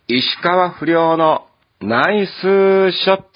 石川不良のナイスショッ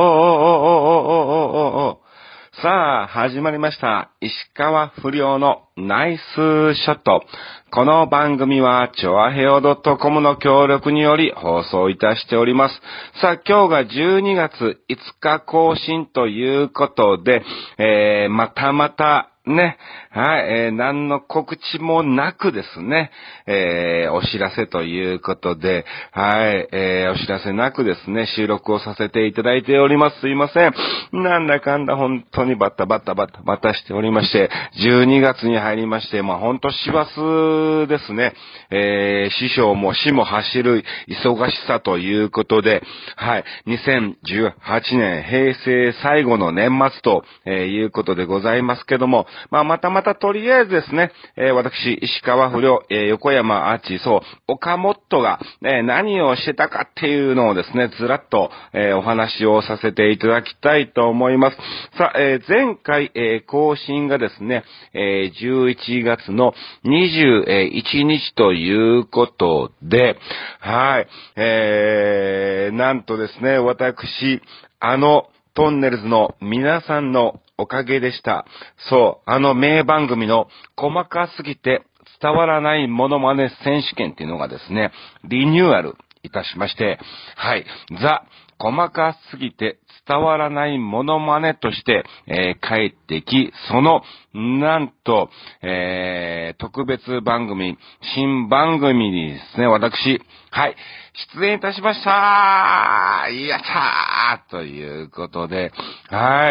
ト。さあ、始まりました。石川不良のナイスショット。この番組は、チョアヘオ .com の協力により放送いたしております。さあ、今日が12月5日更新ということで、またね、はい、何の告知もなくですね、お知らせということで、はい、お知らせなくですね、収録をさせていただいております。すいません。なんだかんだ本当にバタしておりまして、12月に入りまして、本当師走ですね、師匠も死も走る忙しさということで、はい、2018年平成最後の年末ということでございますけども、またとりあえずですね、私、石川不良、横山アーチ、岡本が、何をしてたかっていうのをですね、ずらっと、お話をさせていただきたいと思います。さあ、前回、更新がですね、11月の21日ということで、はい、なんとですね、私、トンネルズの皆さんのおかげでした。そう、名番組の細かすぎて伝わらないモノマネ選手権っていうのがですね、リニューアルいたしまして、はい、細かすぎて伝わらないモノマネとして、帰ってき、なんと、特別番組、新番組にですね、私、はい、出演いたしましたー、やったーということで、はい、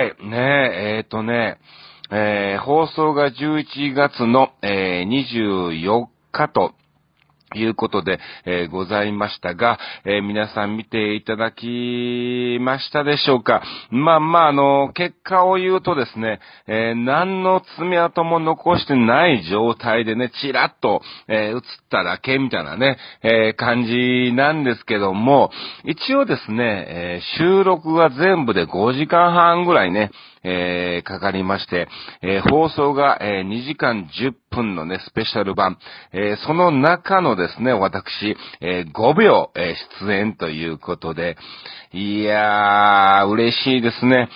放送が11月の、24日と、いうことで、ございましたが、皆さん見ていただきましたでしょうか。結果を言うとですね、何の爪痕も残してない状態でね、チラッと、映っただけみたいなね、感じなんですけども、一応ですね、収録が全部で5時間半ぐらいね、かかりまして、放送が、2時間10分のね、スペシャル版、その中のですね、私、5秒、出演ということで、いやー、嬉しいですね。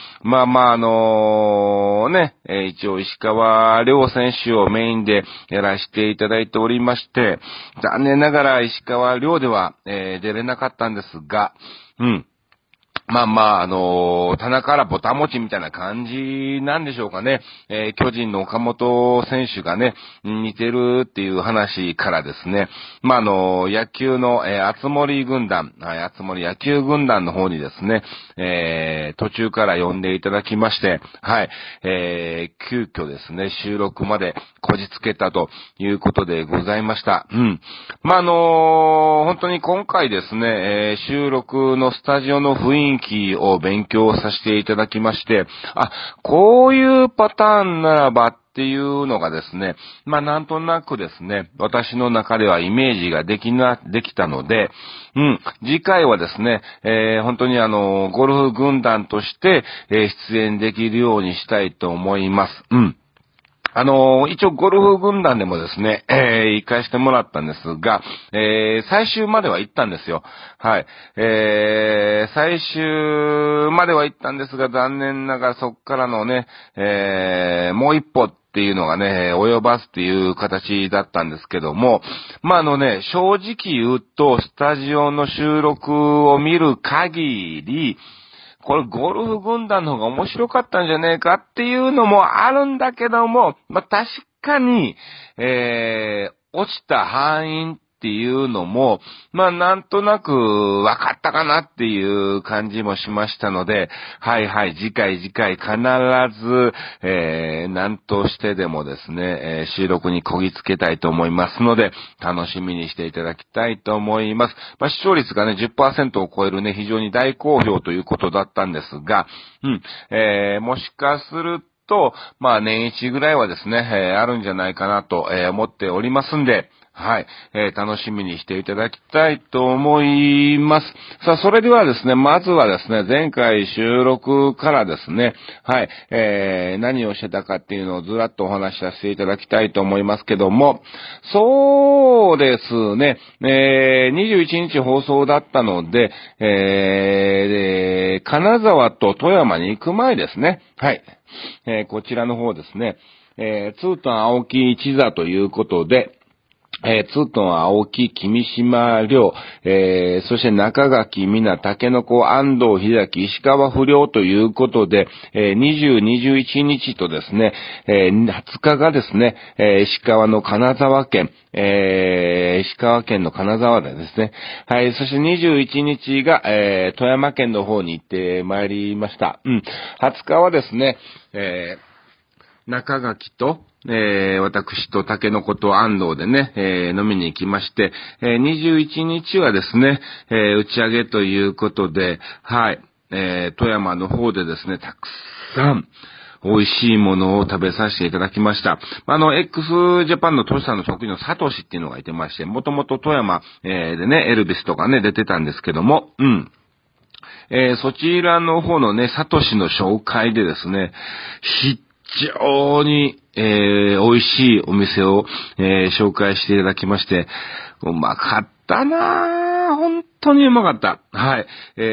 一応石川遼選手をメインでやらせていただいておりまして、残念ながら石川遼では、出れなかったんですが、棚からぼたもちみたいな感じなんでしょうかね。巨人の岡本選手がね、似てるっていう話からですね。野球の、熱森軍団、熱森野球軍団の方にですね、途中から呼んでいただきまして、はい、急遽ですね、収録までこじつけたということでございました。本当に今回ですね、収録のスタジオの雰囲気を勉強させていただきまして、こういうパターンならばっていうのがですね、なんとなくですね、私の中ではイメージができたので、次回はですね、本当にゴルフ軍団として、出演できるようにしたいと思います。一応ゴルフ軍団でもですね、行かしてもらったんですが、最終までは行ったんですよ。はい。最終までは行ったんですが、残念ながらそっからのね、もう一歩っていうのがね、及ばすっていう形だったんですけども、正直言うと、スタジオの収録を見る限り、これゴルフ軍団の方が面白かったんじゃねえかっていうのもあるんだけども、確かに、落ちた範囲っていうのも、なんとなく分かったかなっていう感じもしましたので、はい、次回必ず、何としてでもですね、収録にこぎつけたいと思いますので、楽しみにしていただきたいと思います。視聴率がね、10% を超えるね、非常に大好評ということだったんですが、もしかすると、年一ぐらいはですね、あるんじゃないかなと、思っておりますんで、 はい、楽しみにしていただきたいと思います。さあ、それではですね、まずはですね、前回収録からですね、はい、何をしてたかっていうのをずらっとお話しさせていただきたいと思いますけども、そうですね、21日放送だったので、金沢と富山に行く前ですね、はい、こちらの方ですね、ツートン青木一座ということで、ツートン青木君島亮、そして中垣みな竹の子安藤秀明石川不良ということで、20、21日とですね、20日がですね、石川の金沢県、石川県の金沢でですね、はい、そして21日が、富山県の方に行ってまいりました。20日はですね、中垣と、私と竹の子と安藤でね、飲みに行きまして、21日はですね、打ち上げということで、はい、富山の方でですね、たくさん、美味しいものを食べさせていただきました。x ジャパンのトシさんの職員のサトシっていうのがいてまして、もともと富山、でね、エルビスとかね、出てたんですけども、そちらの方のね、サトシの紹介でですね、非常に、美味しいお店を、紹介していただきまして、うまかったなぁ。本当にうまかった。はい。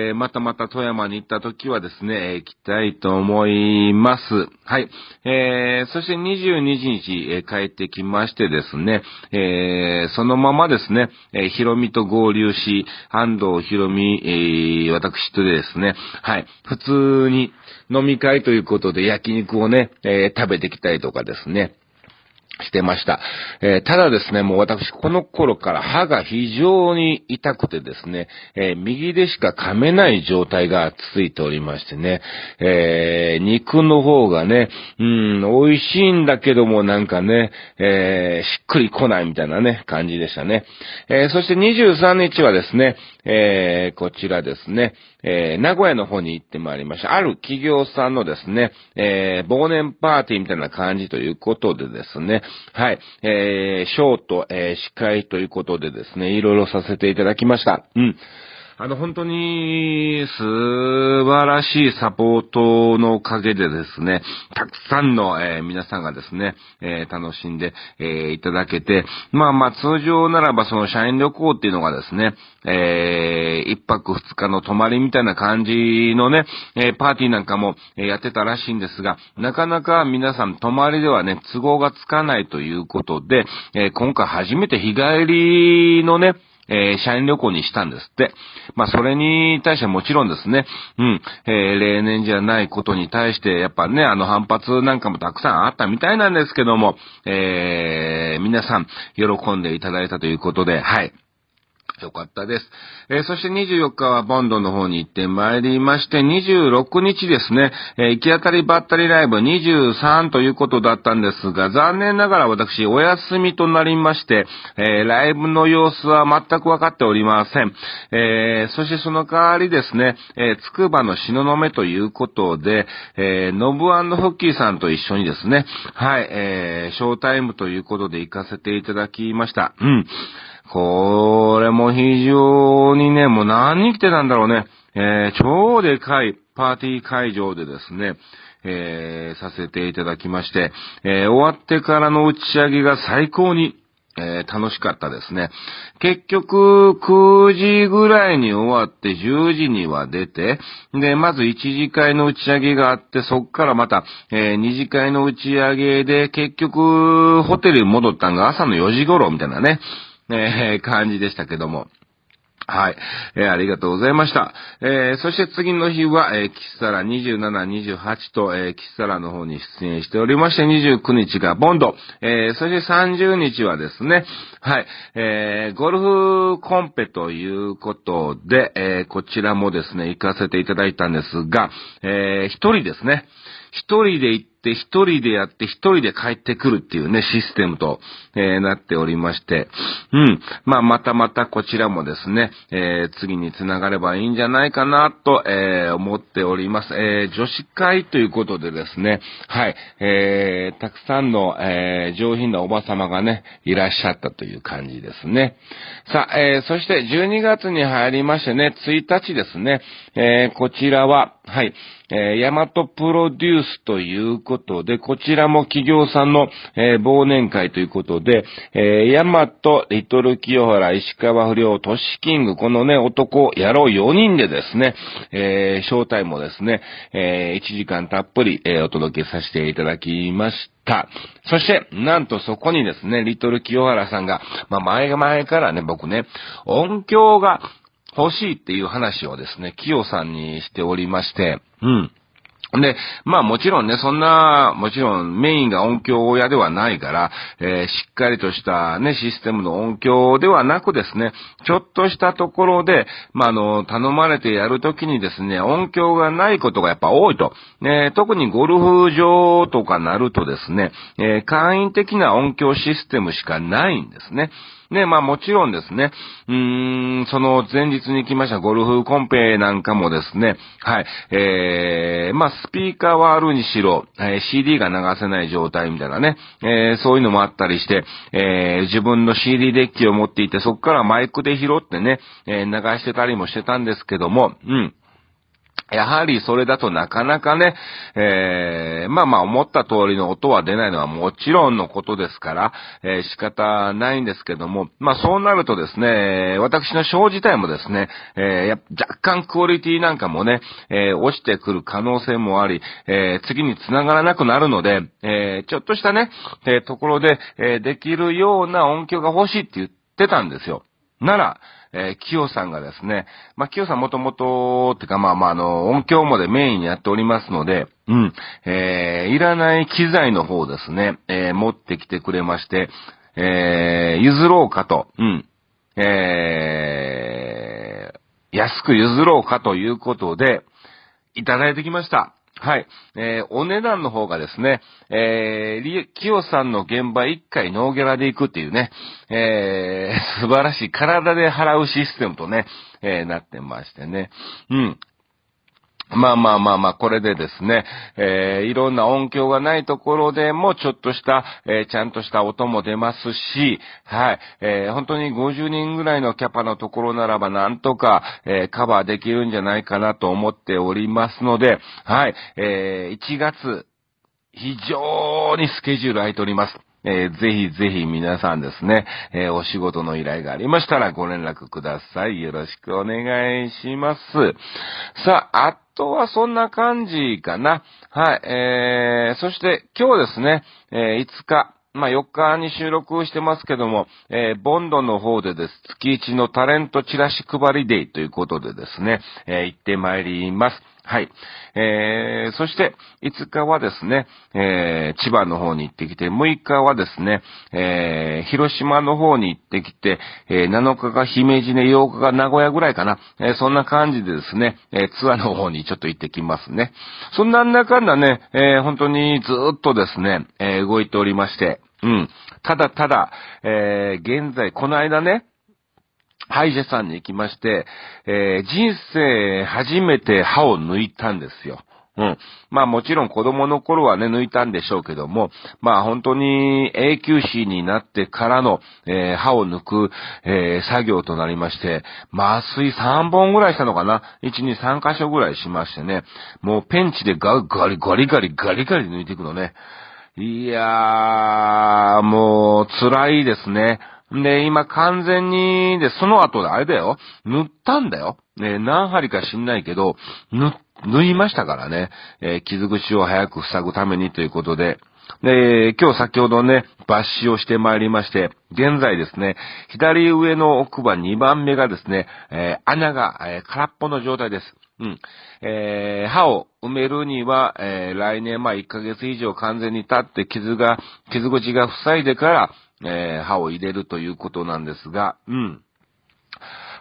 またまた富山に行った時はですね、行きたいと思います。はい。そして22日、帰ってきましてですね、そのままですね、ひろみと合流し、安藤ひろみ、私とですね、はい。普通に飲み会ということで焼肉をね、食べてきたりとかですね、してました。ただですね、もう私この頃から歯が非常に痛くてですね、右でしか噛めない状態が続いておりましてね、肉の方がね、美味しいんだけどもなんかね、しっくり来ないみたいなね、感じでしたね。そして23日はですね、こちらですね、名古屋の方に行ってまいりました。ある企業さんのですね、忘年パーティーみたいな感じということでですね、はい、ショーと、司会ということでですね、いろいろさせていただきました。本当に素晴らしいサポートのおかげでですね、たくさんの、皆さんがですね、楽しんで、いただけて、通常ならばその社員旅行っていうのがですね、一泊二日の泊まりみたいな感じのね、パーティーなんかも、やってたらしいんですが、なかなか皆さん泊まりではね、都合がつかないということで、今回初めて日帰りのね、社員旅行にしたんですって。それに対してもちろんですね、例年じゃないことに対して、やっぱね、反発なんかもたくさんあったみたいなんですけども、皆さん喜んでいただいたということで、はい。よかったです。そして24日はボンドの方に行ってまいりまして、26日ですね、行き当たりばったりライブ23ということだったんですが、残念ながら私お休みとなりまして、ライブの様子は全くわかっておりません。そしてその代わりですね、つくばの東雲ということで、ノブ&フッキーさんと一緒にですね、はい、ショータイムということで行かせていただきました。これも非常にね、もう何人来てたんだろうね。超でかいパーティー会場でですね、させていただきまして、終わってからの打ち上げが最高に、楽しかったですね。結局、9時ぐらいに終わって10時には出て、で、まず1次会の打ち上げがあって、そっからまた、2次会の打ち上げで、結局、ホテルに戻ったのが朝の4時頃みたいなね、感じでしたけども。はい。ありがとうございました。そして次の日は、キッサラ27、28と、キッサラの方に出演しておりまして、29日がボンド、そして30日はですね、はい、ゴルフコンペということで、こちらもですね、行かせていただいたんですが、一人ですね。一人で行っって一人でやって一人で帰ってくるっていうね、システムと、なっておりまして、またこちらもですね、次につながればいいんじゃないかなと、思っております。女子会ということでですね、はい、たくさんの、上品なおばさまがね、いらっしゃったという感じですね。さあ、そして12月に入りましてね、1日ですね、こちらは、はい、ヤマトプロデュースということで、こちらも企業さんの、忘年会ということで、ヤマト、リトル清原、石川不良、トシキング、このね、男、野郎4人でですね、招待もですね、1時間たっぷり、お届けさせていただきました。そして、なんとそこにですね、リトル清原さんが、前からね、僕ね、音響が欲しいっていう話をですね、清さんにしておりまして、で、もちろんね、もちろんメインが音響屋ではないから、しっかりとしたね、システムの音響ではなくですね、ちょっとしたところで、頼まれてやるときにですね、音響がないことがやっぱ多いと。特にゴルフ場とかなるとですね、簡易的な音響システムしかないんですね。ね、もちろんですね、その前日に来ましたゴルフコンペなんかもですね、はい、スピーカーはあるにしろ、CD が流せない状態みたいなね、そういうのもあったりして、自分の CD デッキを持っていて、そこからマイクで拾ってね、流してたりもしてたんですけども、やはりそれだとなかなかね、思った通りの音は出ないのはもちろんのことですから、仕方ないんですけども、そうなるとですね、私のショー自体もですね、若干クオリティなんかもね、落ちてくる可能性もあり、次に繋がらなくなるので、ちょっとしたね、ところで、できるような音響が欲しいって言ってたんですよ。なら、キヨさんがですね、キヨさんもともと、ってか音響もでメインにやっておりますので、いらない機材の方ですね、持ってきてくれまして、譲ろうかと、安く譲ろうかということで、いただいてきました。はい。お値段の方がですね、キヨさんの現場1回ノーギャラで行くっていうね、素晴らしい体で払うシステムとね、なってましてね。これでですね、いろんな音響がないところでもちょっとした、ちゃんとした音も出ますし、はい、本当に50人ぐらいのキャパのところならばなんとか、カバーできるんじゃないかなと思っておりますので、はい、1月、非常にスケジュール空いております。ぜひ皆さんですね、お仕事の依頼がありましたらご連絡ください。よろしくお願いします。さあ、あとはそんな感じかな。はい、そして今日ですね、5日、4日に収録してますけども、ボンドの方でです。月1のタレントチラシ配りデイということでですね、行ってまいります。はい。そして、5日はですね、千葉の方に行ってきて、6日はですね、広島の方に行ってきて、7日が姫路で8日が名古屋ぐらいかな。そんな感じでですね、ツアーの方にちょっと行ってきますね。そんなんだかんだね、本当にずーっとですね、動いておりまして、ただ、現在、この間ね、歯医者さんに行きまして、人生初めて歯を抜いたんですよ。もちろん子供の頃はね、抜いたんでしょうけども、本当に永久歯になってからの、歯を抜く、作業となりまして、麻酔3本ぐらいしたのかな ?1、2、3箇所ぐらいしましてね、もうペンチでガリガリ抜いていくのね。いやー、もう辛いですね。で、今完全に、その後であれだよ。塗ったんだよ。何針か知んないけど、縫いましたからね。傷口を早く塞ぐためにということで。で、今日先ほどね、抜歯をしてまいりまして、現在ですね、左上の奥歯2番目がですね、穴が、空っぽの状態です。歯を埋めるには、来年1ヶ月以上完全に経って傷口が塞いでから、歯を入れるということなんですが、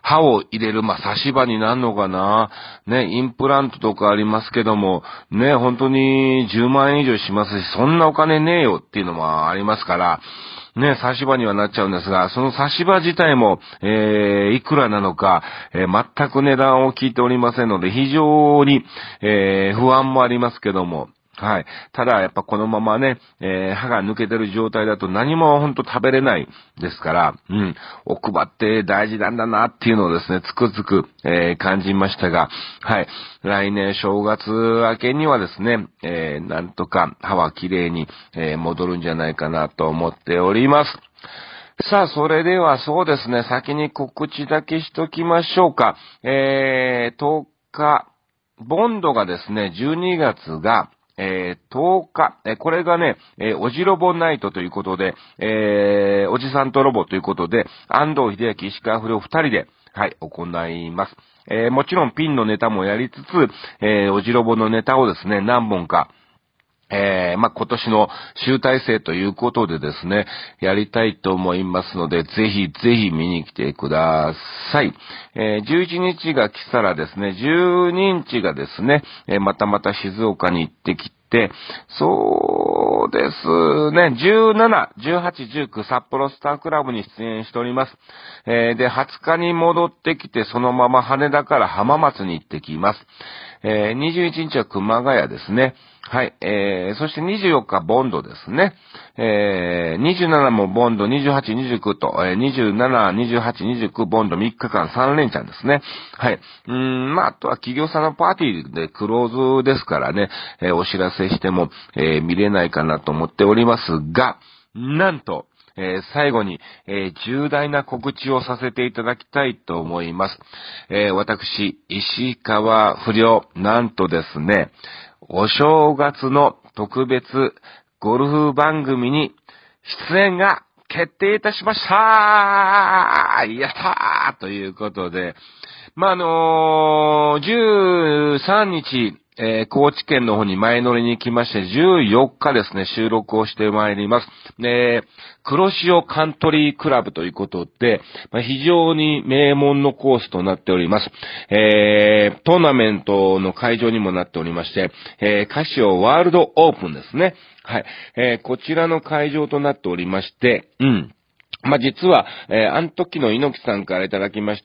歯を入れる、差し歯になるのかな。ね、インプラントとかありますけども、ね、本当に10万円以上しますし、そんなお金ねえよっていうのもありますから、ね、差し歯にはなっちゃうんですが、その差し歯自体も、いくらなのか、全く値段を聞いておりませんので、非常に、不安もありますけども、はい。ただ、やっぱこのままね、歯が抜けてる状態だと何もほんと食べれないですから、奥歯って大事なんだなっていうのをですね、つくづく、感じましたが、はい。来年正月明けにはですね、なんとか歯は綺麗に、戻るんじゃないかなと思っております。さあ、それではそうですね、先に告知だけしときましょうか。10日、ボンドがですね、12月が、10日、これがね、おじロボナイトということで、おじさんとロボということで、安藤秀明、石川不良二人で、はい、行います。もちろんピンのネタもやりつつ、おじロボのネタをですね、何本か、今年の集大成ということでですね、やりたいと思いますので、ぜひぜひ見に来てください。11日が来たらですね、12日がですね、また静岡に行ってきて、そうですね、17、18、19札幌スタークラブに出演しております。で、20日に戻ってきて、そのまま羽田から浜松に行ってきます。21日は熊谷ですね。はい。そして24日ボンドですね。27もボンド、28、29と、27、28、29ボンド3日間3連チャンですね。はい。あとは企業さんのパーティーでクローズですからね、お知らせしても、見れないかなと思っておりますが、なんと、最後に、重大な告知をさせていただきたいと思います。私、石川不良、なんとですね、お正月の特別ゴルフ番組に出演が決定いたしました。やったーということで、13日、高知県の方に前乗りに行きまして、14日ですね、収録をしてまいります。黒潮カントリークラブということで、非常に名門のコースとなっております。トーナメントの会場にもなっておりまして、カシオワールドオープンですね。はい。こちらの会場となっておりまして、実は、あの時の猪木さんからいただきまして、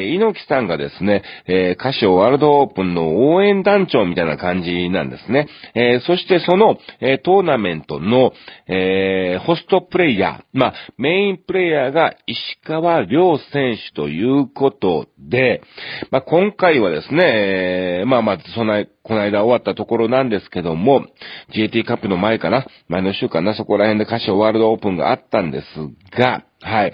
猪木さんがですね、カシオワールドオープンの応援団長みたいな感じなんですね。そしてその、トーナメントの、ホストプレイヤー、メインプレイヤーが石川遼選手ということで、今回はですね、この間終わったところなんですけども、GT カップの前の週かな、そこら辺でカシオワールドオープンがあったんですが、はい。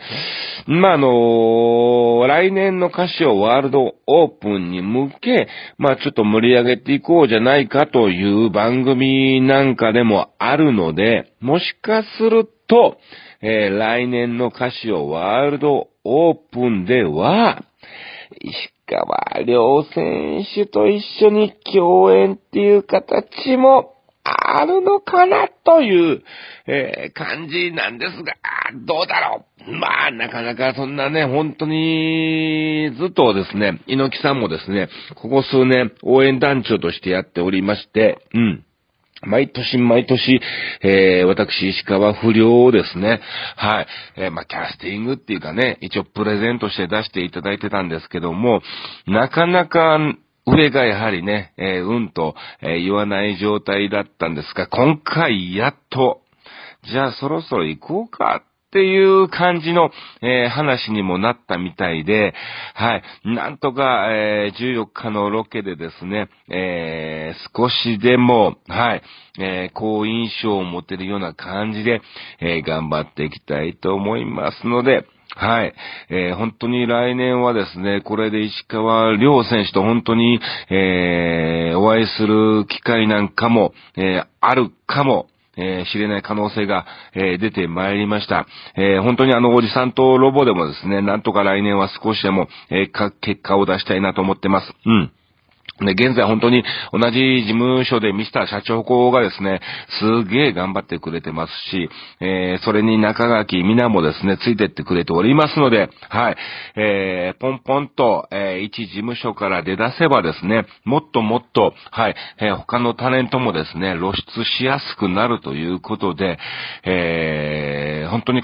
来年のカシオワールドオープンに向け、ちょっと盛り上げていこうじゃないかという番組なんかでもあるので、もしかすると、来年のカシオワールドオープンでは、石川遼選手と一緒に共演っていう形もあるのかなという、感じなんですが、どうだろう。なかなかそんなね、本当にずっとですね、猪木さんもですね、ここ数年応援団長としてやっておりまして、毎年、私、石川不良ですね。はい。キャスティングっていうかね、一応プレゼントして出していただいてたんですけども、なかなか上がやはりね、と、言わない状態だったんですが、今回やっと、じゃあそろそろ行こうかっていう感じの、話にもなったみたいで、はい。なんとか、14日のロケでですね、少しでも、はい、好印象を持てるような感じで、頑張っていきたいと思いますので、はい。本当に来年はですね、これで石川遼選手と本当に、お会いする機会なんかも、あるかも、知れない可能性が、出てまいりました。本当におじさんとロボでもですね、なんとか来年は少しでも、結果を出したいなと思ってます。 で、現在本当に同じ事務所でミスター社長公がですね、すげえ頑張ってくれてますし、それに中垣みなもですね、ついてってくれておりますので、はい、ポンポンと、一事務所から出せばですね、もっともっと、はい、他のタレントもですね、露出しやすくなるということで、本当に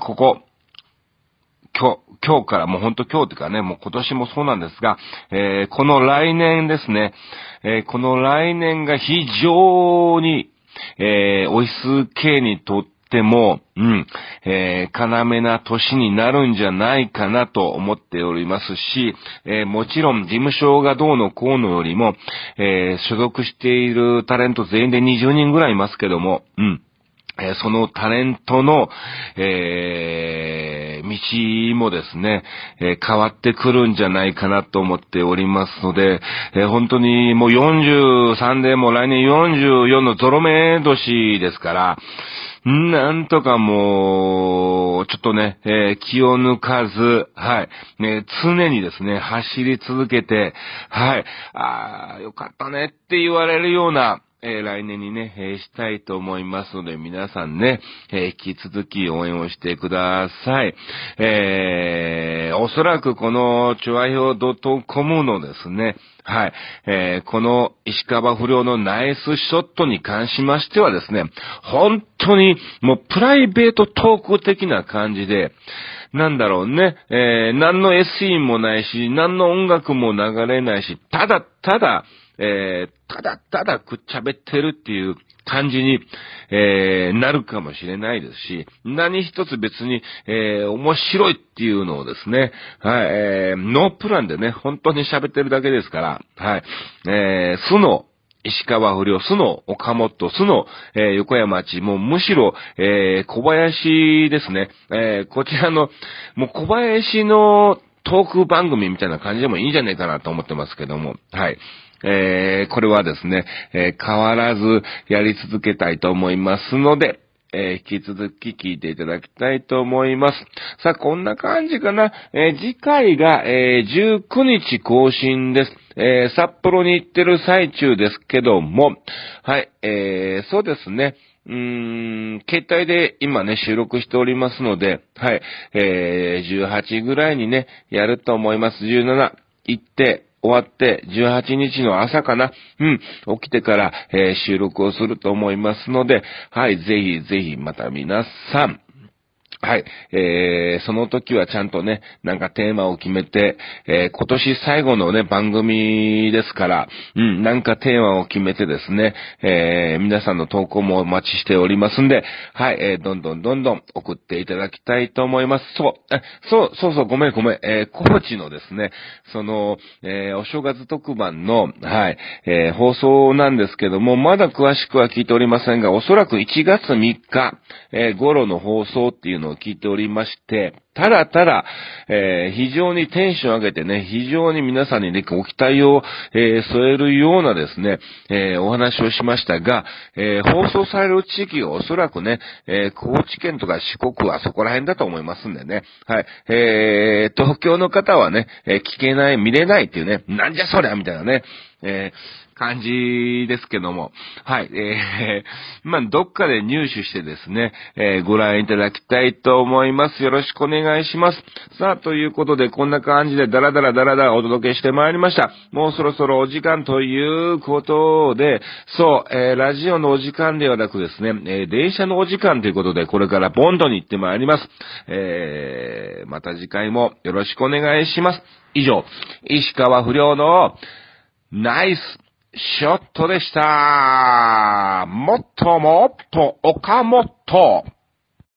今日からもうほんと今日というかね、もう今年もそうなんですが、この来年ですね、この来年が非常に、オイス系にとっても、要な年になるんじゃないかなと思っておりますし、もちろん事務所がどうのこうのよりも、所属しているタレント全員で20人ぐらいいますけども、そのタレントの、道もですね、変わってくるんじゃないかなと思っておりますので、本当にもう43でもう来年44のゾロ目年ですから、なんとかもう、ちょっとね、気を抜かず、はい、ね、常にですね、走り続けて、はい、よかったねって言われるような、来年にね、したいと思いますので、皆さんね、引き続き応援をしてください。おそらくこの、チョアヒョウ .com のですね、はい、この石川不良のナイスショットに関しましてはですね、本当にもうプライベートトーク的な感じで、なんだろうね、何の SE もないし、何の音楽も流れないし、ただくっちゃべってるっていう感じに、なるかもしれないですし、何一つ別に、面白いっていうのをですね、はい、ノープランでね、本当に喋ってるだけですから、はい、素の石川不良、素の岡本、素の、横山町、もうむしろ、小林ですね、こちらの、もう小林のトーク番組みたいな感じでもいいんじゃないかなと思ってますけども、はい。これはですね、変わらずやり続けたいと思いますので、引き続き聞いていただきたいと思います。さあ、こんな感じかな。次回が、19日更新です。札幌に行ってる最中ですけども、はい、そうですね。携帯で今ね、収録しておりますので、はい、18ぐらいにね、やると思います。17行って、終わって18日の朝かな、起きてから、収録をすると思いますので、はい、ぜひぜひまた皆さん、はい、その時はちゃんとね、なんかテーマを決めて、今年最後のね、番組ですから、なんかテーマを決めてですね、皆さんの投稿もお待ちしておりますんで、はい、どんどん送っていただきたいと思います。そう、ごめん、高知のですね、その、お正月特番の、はい、放送なんですけども、まだ詳しくは聞いておりませんが、おそらく1月3日、頃の放送っていうのを聞いておりまして、ただ、非常にテンション上げてね、非常に皆さんにね、ご期待を、添えるようなですね、お話をしましたが、放送される地域がおそらくね、高知県とか四国はそこら辺だと思いますんでね、はい、東京の方はね、聞けない、見れないっていうね、なんじゃそりゃみたいなね、感じですけども、はい、どっかで入手してですね、ご覧いただきたいと思います。よろしくお願いします。さあ、ということで、こんな感じでダラダラお届けしてまいりました。もうそろそろお時間ということで、そう、ラジオのお時間ではなくですね、電車のお時間ということで、これからボンドに行ってまいります。また次回もよろしくお願いします。以上、石川不良のナイスショットでした。もっと岡本。